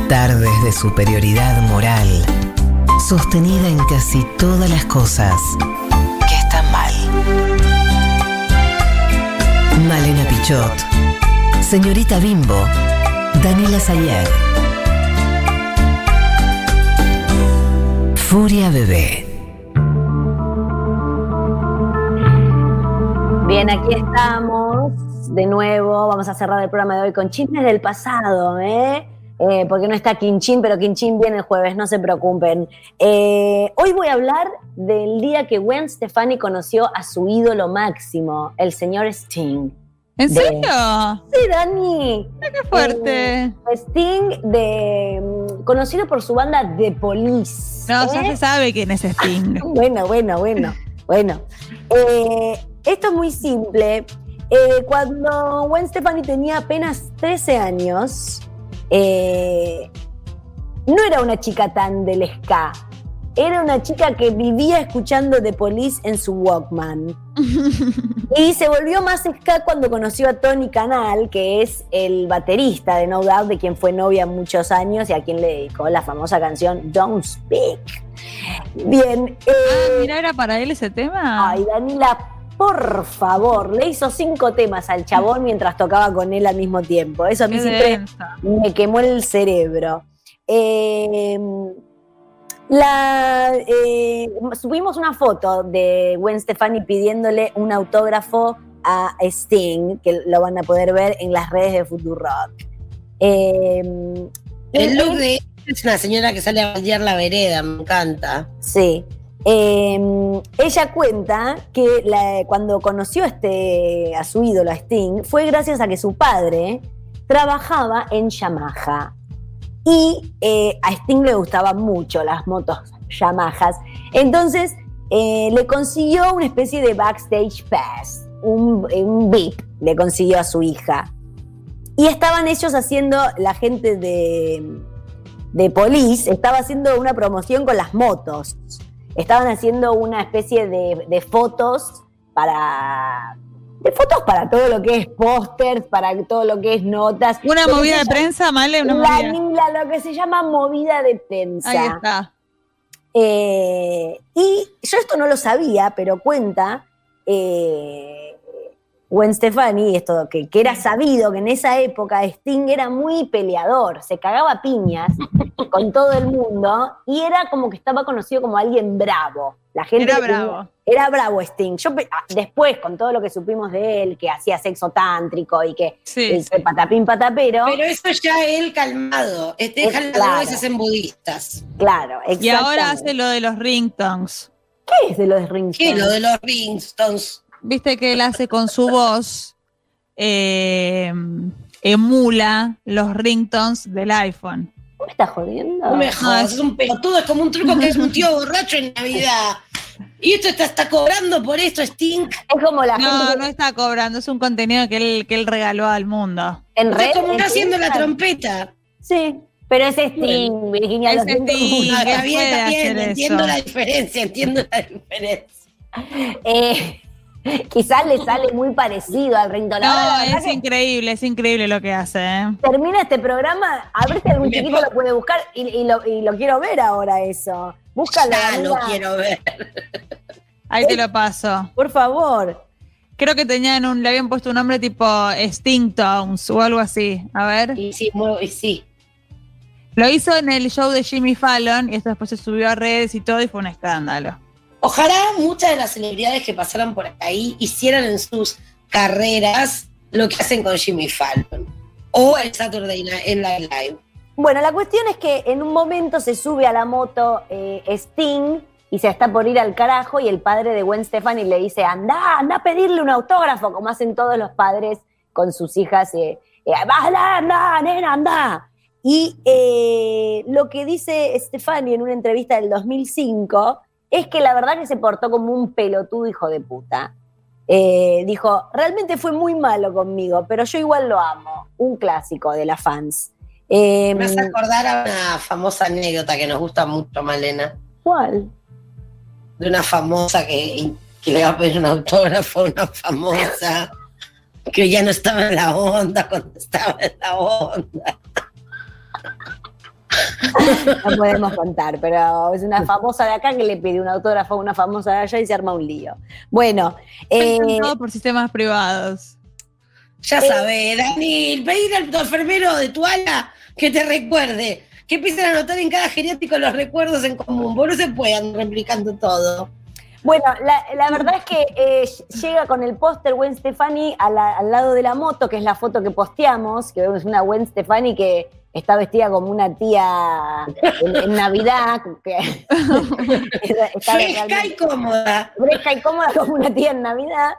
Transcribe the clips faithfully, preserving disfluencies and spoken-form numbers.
Tardes de superioridad moral, sostenida en casi todas las cosas que están mal. Malena Pichot, Señorita Bimbo, Daniela Sayed. Furia Bebé. Bien, aquí estamos de nuevo. Vamos a cerrar el programa de hoy con chismes del pasado, ¿eh? Eh, porque no está Quinchín, pero Quinchín viene el jueves, no se preocupen. Eh, hoy voy a hablar del día que Gwen Stefani conoció a su ídolo máximo, el señor Sting. ¿En de... serio? Sí, Dani. ¡Qué fuerte! Eh, Sting, de, conocido por su banda The Police. No, ¿eh? ya se sabe quién es Sting. Bueno, bueno, bueno, bueno. Eh, esto es muy simple. Eh, cuando Gwen Stefani tenía apenas trece años... Eh, no era una chica tan del ska, era una chica que vivía escuchando The Police en su Walkman. Y se volvió más ska cuando conoció a Tony Kanal, que es el baterista de No Doubt, de quien fue novia muchos años y a quien le dedicó la famosa canción Don't Speak. Bien. Eh, ah, mira, ¿era para él ese tema? Ay, Danila, por favor, le hizo cinco temas al chabón mientras tocaba con él al mismo tiempo. Eso a mí Qué siempre densa. me quemó el cerebro. Eh, la, eh, subimos una foto de Gwen Stefani pidiéndole un autógrafo a Sting, que lo van a poder ver en las redes de Futurock. Eh, el look de ella es una señora que sale a baldear la vereda, me encanta. Sí. Eh, ella cuenta que la, cuando conoció este, a su ídolo, a Sting, fue gracias a que su padre trabajaba en Yamaha y eh, a Sting le gustaban mucho las motos Yamahas, entonces eh, le consiguió una especie de backstage pass, un, un V I P le consiguió a su hija, y estaban ellos haciendo, la gente de, de Police estaba haciendo una promoción con las motos. Estaban haciendo una especie de, de fotos para... De fotos para todo lo que es pósters, para todo lo que es notas. ¿Una Lo movida de llama, prensa, Male? Una la, movida. la, lo que se llama movida de prensa. Ahí está. Eh, y yo esto no lo sabía, pero cuenta eh, Gwen Stefani, esto, que, que era sabido que en esa época Sting era muy peleador, se cagaba a piñas con todo el mundo y era como que estaba conocido como alguien bravo. La gente era bravo. Era bravo Sting. Yo, después, con todo lo que supimos de él, que hacía sexo tántrico y que sí, y sí. patapín patapero. Pero eso ya él calmado. Deja las claro. voces en budistas. Claro, exactamente. Y ahora hace lo de los ringtones. ¿Qué es de los ringtones? ¿Qué es lo de los ringtones? Viste que él hace con su voz, eh, emula los ringtones del iPhone. ¿Me estás jodiendo? No me jodas, es un pelotudo, es como un truco que es un tío borracho en Navidad. Y esto está, está cobrando por esto, Sting. Es como la No, gente que... no está cobrando, es un contenido que él, que él regaló al mundo. En Es red, como en haciendo la Twitter. trompeta. Sí, pero es Sting, Bueno, Virginia. es lo siento Sting. mucho. Ah, está bien, puede está bien, hacer entiendo eso. la diferencia, entiendo la diferencia. Eh, quizás le sale muy parecido al ringtone. No, Ahora, la verdad es que increíble, es increíble lo que hace, ¿eh? termina este programa, a ver si algún Me chiquito po- lo puede buscar y, y, lo, y lo quiero ver ahora eso. Búscalo, Ya lo amiga, quiero ver. Ahí te lo paso. por favor. Creo que tenían un, le habían puesto un nombre tipo Sting Tones o algo así. A ver. Y sí, muy, y sí. Lo hizo en el show de Jimmy Fallon y esto después se subió a redes y todo y fue un escándalo. Ojalá muchas de las celebridades que pasaran por ahí hicieran en sus carreras lo que hacen con Jimmy Fallon o el Saturday Night Live. Bueno, la cuestión es que en un momento se sube a la moto eh, Sting y se está por ir al carajo y el padre de Gwen Stefani le dice, anda, anda a pedirle un autógrafo, como hacen todos los padres con sus hijas. Eh, eh, anda, anda, nena, anda. Y eh, lo que dice Stefani en una entrevista del dos mil cinco es que la verdad que se portó como un pelotudo hijo de puta. Eh, dijo, realmente fue muy malo conmigo, pero yo igual lo amo. Un clásico de las fans. Eh, Me hace acordar a una famosa anécdota que nos gusta mucho, Malena. ¿Cuál? De una famosa que, que le va a pedir un autógrafo a una famosa que ya no estaba en la onda cuando estaba en la onda. No podemos contar, pero es una famosa de acá que le pide un autógrafo a una famosa de allá y se arma un lío. Bueno. Eh, Eh, todo por sistemas privados. Ya sabés, Dani, pedir al enfermero de tu ala que te recuerde, que empiecen a anotar en cada geriátrico los recuerdos en común. Vos no se puedan replicando todo. Bueno, la, la verdad es que eh, llega con el póster Gwen Stefani a la, al lado de la moto, que es la foto que posteamos, que vemos una Gwen Stefani que está vestida como una tía en, en Navidad. Que, está fresca y cómoda. Fresca y cómoda como una tía en Navidad.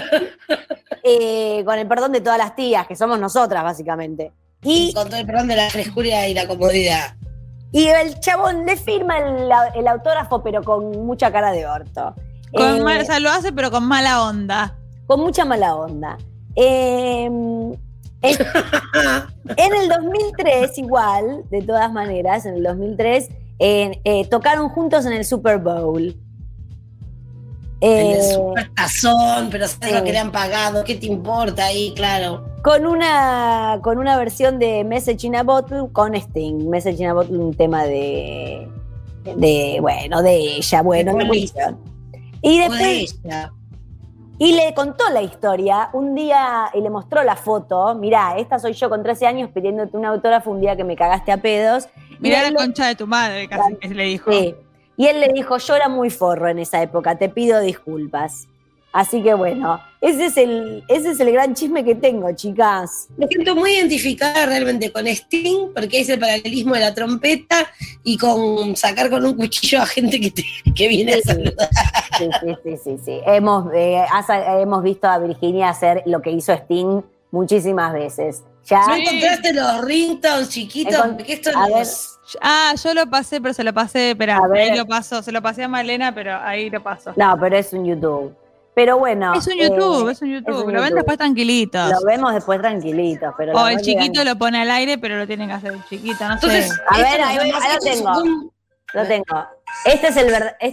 Eh, con el perdón de todas las tías, que somos nosotras, básicamente. Y, y con todo el perdón de la frescura y la comodidad. Y el chabón le firma el, el autógrafo, pero con mucha cara de orto. Con eh, mal, o sea, lo hace, pero con mala onda. Con mucha mala onda. Eh, en, en el dos mil tres, igual, de todas maneras, en el dos mil tres, eh, eh, tocaron juntos en el Super Bowl. En Eh, el super tazón, pero sabes sí. lo que le han pagado, ¿qué te importa ahí? Claro. Con una, con una versión de Message in a Bottle con Sting. Message in a Bottle, un tema de, de bueno, de ella, bueno, De una Police. cuestión. Y O de después, ella. y le contó la historia un día y le mostró la foto. Mirá, esta soy yo con trece años pidiéndote un autógrafo un día que me cagaste a pedos. Mirá Y la él lo- concha de tu madre, casi que le dijo. Sí. Y él le dijo, yo era muy forro en esa época, te pido disculpas. Así que bueno, ese es el, ese es el gran chisme que tengo, chicas. Me siento muy identificada realmente con Sting, porque es el paralelismo de la trompeta y con sacar con un cuchillo a gente que, te, que viene Sí. a saludar. Sí, sí, sí, sí, sí. Hemos, eh, has- hemos visto a Virginia hacer lo que hizo Sting muchísimas veces. Ya, ¿No Sí. encontraste los ringtones chiquitos? Encont- Porque esto a no ver. es- Ah, yo lo pasé, pero se lo pasé, espera, A ver. ahí lo paso, se lo pasé a Malena, pero ahí lo paso. no, pero es un YouTube. Pero bueno. es un YouTube, eh, es un YouTube, es un lo ven YouTube. después tranquilitos. Lo vemos después tranquilitos. Pero la O el verdad que chiquito dan- lo pone al aire, pero lo tienen que hacer el chiquito, no Entonces, sé. A ver, esto ahí nos voy, da ahí lo más tengo. un- Lo tengo. Este es el verdad. es-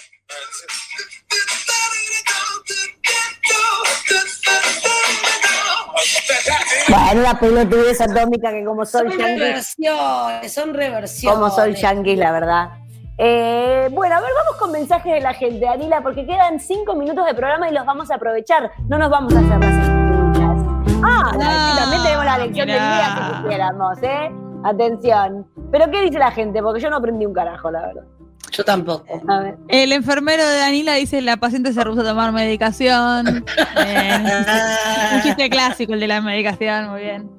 Bueno, una pelotudez atómica que como Son Sol Yankee, reversiones, son reversiones. como Sol Yankee, la verdad. Eh, bueno, a ver, vamos con mensajes de la gente, Anila, porque quedan cinco minutos de programa y los vamos a aprovechar. No nos vamos a hacer las escuchas. Ah, la- Ah, sí, también tenemos la lección del mirá. día si quisiéramos, ¿eh? Atención. Pero ¿qué dice la gente? Porque yo no aprendí un carajo, la verdad. Yo tampoco. A ver. El enfermero de Danila dice, la paciente se rehúsa a tomar medicación. Bien, un chiste clásico el de la medicación, muy bien.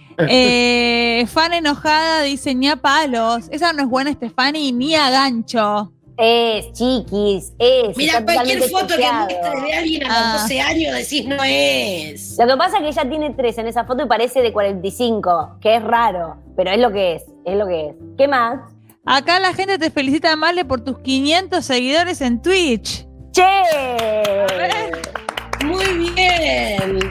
Eh, Fan enojada dice, ni a palos. Esa no es buena Stefani, ni a gancho. Es, chiquis, es. Mira, está cualquier totalmente foto que chequeado. muestres de alguien a los Ah. doce años decís no es. Lo que pasa es que ella tiene tres en esa foto y parece de cuarenta y cinco, que es raro, pero es lo que es, es lo que es. ¿Qué más? Acá la gente te felicita, Male, por tus quinientos seguidores en Twitch. ¡Che! Muy bien.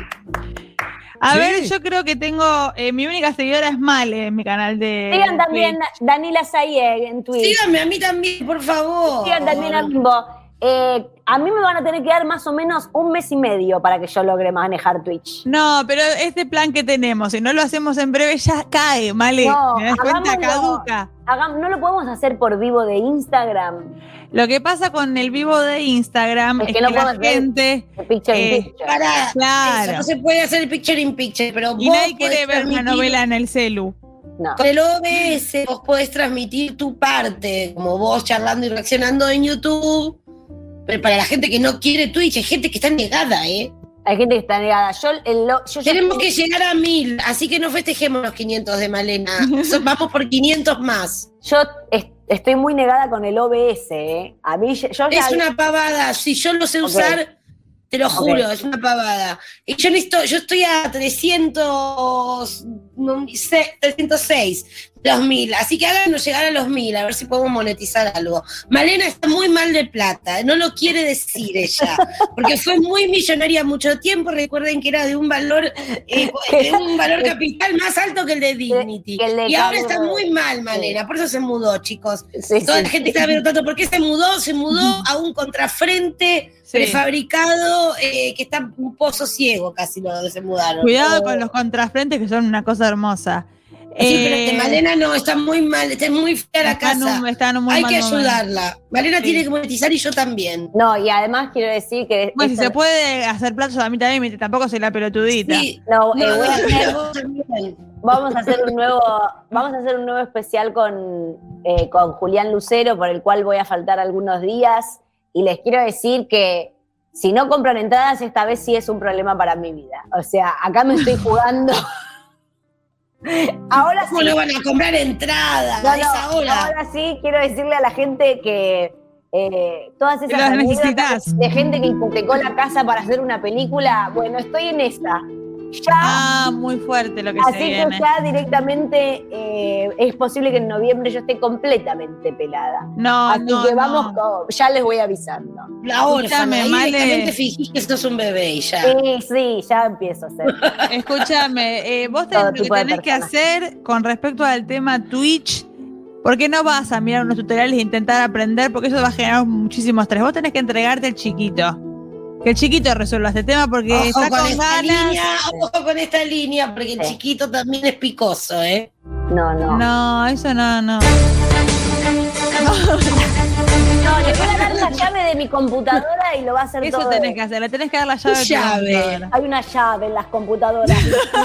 A Sí. ver, yo creo que tengo, eh, mi única seguidora es Male en mi canal de Sigan también Twitch. Danila Sayeg en Twitch. Síganme a mí también, por favor. Sigan también a Bimbo. Eh, a mí me van a tener que dar más o menos un mes y medio para que yo logre manejar Twitch. No, pero este plan que tenemos, si no lo hacemos en breve, ya cae, Male. No, ¿Me das cuenta? hagámoslo. Caduca. Hagam- ¿No lo podemos hacer por vivo de Instagram? Lo que pasa con el vivo de Instagram Es es que que, no la podemos ver gente... De picture Eh, in picture. Para, Claro. eso no se puede hacer el picture in picture, pero Y vos nadie quiere podés ver una transmitir- novela en el celu. No. Con el O B S vos podés transmitir tu parte, como vos charlando y reaccionando en YouTube. Pero para la gente que no quiere Twitch, hay gente que está negada, ¿eh? Hay gente que está negada. Yo, el lo- yo, yo- Tenemos que llegar a mil, así que no festejemos los quinientos de Malena. So- Vamos por quinientos más. yo es- estoy muy negada con el O B S, ¿eh? A mí, yo ya... Es una pavada. Si yo lo sé Ok. usar, te lo juro, Ok. es una pavada. Y yo necesito, yo estoy a trescientos, no, se- trescientos seis de los mil, así que háganos llegar a los mil, a ver si podemos monetizar algo. Malena está muy mal de plata, no lo quiere decir ella, porque fue muy millonaria mucho tiempo. Recuerden que era de un valor, eh, de un valor capital más alto que el de Dignity. que el de Y ahora Cabo- está muy mal, Malena, por eso se mudó, chicos. Sí, Toda sí, la gente sí. está preguntando por qué se mudó. Se mudó a un contrafrente Sí. prefabricado eh, que está un pozo ciego casi lo donde se mudaron. Cuidado Oh. con los contrafrentes que son una cosa hermosa. Sí, pero Eh, que Malena no, está muy mal, está muy fea la está en casa. un- está en un muy Hay mal que momento. ayudarla. Malena Sí. tiene que monetizar y yo también. No, y además quiero decir que... Bueno, si esta- se puede hacer platos a mí también, me- tampoco soy la pelotudita. Sí. No, No, eh, voy a no, hacer- vos también. Vamos a hacer un nuevo, vamos a hacer un nuevo especial con, eh, con Julián Lucero, por el cual voy a faltar algunos días. Y les quiero decir que si no compran entradas, esta vez sí es un problema para mi vida. O sea, acá me estoy jugando. Ahora ¿Cómo sí. no van a comprar entrada No, a no, esa hora? ahora sí quiero decirle a la gente que eh, todas esas Que las anécdotas necesitas. de gente que hipotecó la casa para hacer una película, bueno, estoy en esa. Ya. Ah, muy fuerte lo que se Así que viene. ya directamente eh, es posible que en noviembre yo esté completamente pelada. No, Así no, que no. vamos, con- ya les voy avisando. La órfana, Escúchame, ahí Male. directamente fingís que sos un bebé y ya. Sí, sí, ya empiezo a hacer. Escúchame, eh, vos Todo tenés, lo que tipo de tenés que personas. hacer con respecto al tema Twitch, ¿por qué no vas a mirar unos tutoriales e intentar aprender? Porque eso va a generar muchísimo estrés. Vos tenés que entregarte al chiquito. Que el chiquito resuelva este tema porque Ojo está con con esta ganas. línea, ojo con esta línea, porque el Sí. chiquito también es picoso, ¿eh? No, no. No, No, eso no, no. le voy a dar la llave de mi computadora y lo va a hacer Eso todo. tenés él. que hacer, le tenés que dar la llave. ¿Qué de tu llave? computadora. Hay una llave en las computadoras.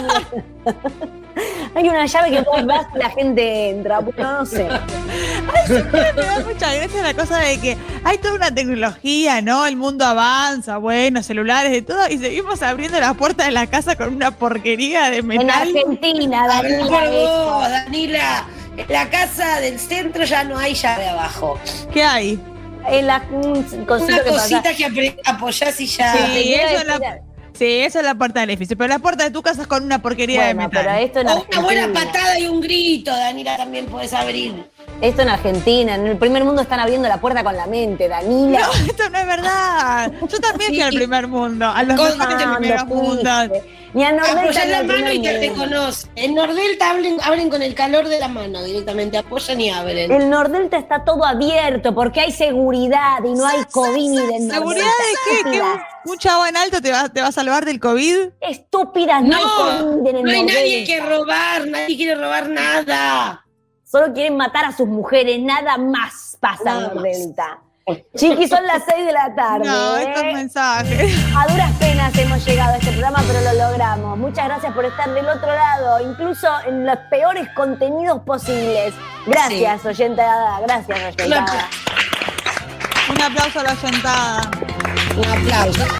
Hay una llave que vos das y la gente entra. Bueno, no sé. Me da mucha gracia la cosa de que hay toda una tecnología, ¿no? El mundo avanza, bueno, celulares y todo, y seguimos abriendo las puertas de la casa con una porquería de En metal. Argentina, Habla Daniela, por eso. vos, Danila. En la casa del centro ya no hay llave abajo. ¿Qué hay? En la un cosito Una que cosita pasa. que apre- apoyás y ya. Sí, Te quiero eso es la- decir- Sí, eso es la puerta del edificio, pero la puerta de tu casa es con una porquería de Bueno, metal. pero esto en O Argentina. una buena patada y un grito, Danila, también puedes abrir. Esto en Argentina. En el primer mundo están abriendo la puerta con la mente, Danila. No, esto no es verdad. Yo también fui Sí. al primer mundo, a los Con- mejores Ah, primeros no fuiste. mundos. Ni a Nordelta Apoyás ni la al mano primer y te mundo. reconocen. En Nordelta abren, abren con el calor de la mano directamente, apoyan y abren. El Nordelta está todo abierto porque hay seguridad y no hay COVID ni del Nordelta. ¿Seguridad de qué? ¿Que un, un chavo en alto te va, te va a salvar del COVID? Estúpidas, no, hay No, COVID en el no hay nadie Nordelta. que robar, nadie quiere robar nada. Solo quieren matar a sus mujeres, nada más pasa Nada en más. Nordelta. Chiqui, son las seis de la tarde. No, ¿eh? estos mensajes. A duras penas hemos llegado a este programa, pero lo logramos. Muchas gracias por estar del otro lado, incluso en los peores contenidos posibles. Gracias, oyentada. Gracias, oyentada. Un aplauso a la sentada. Un aplauso.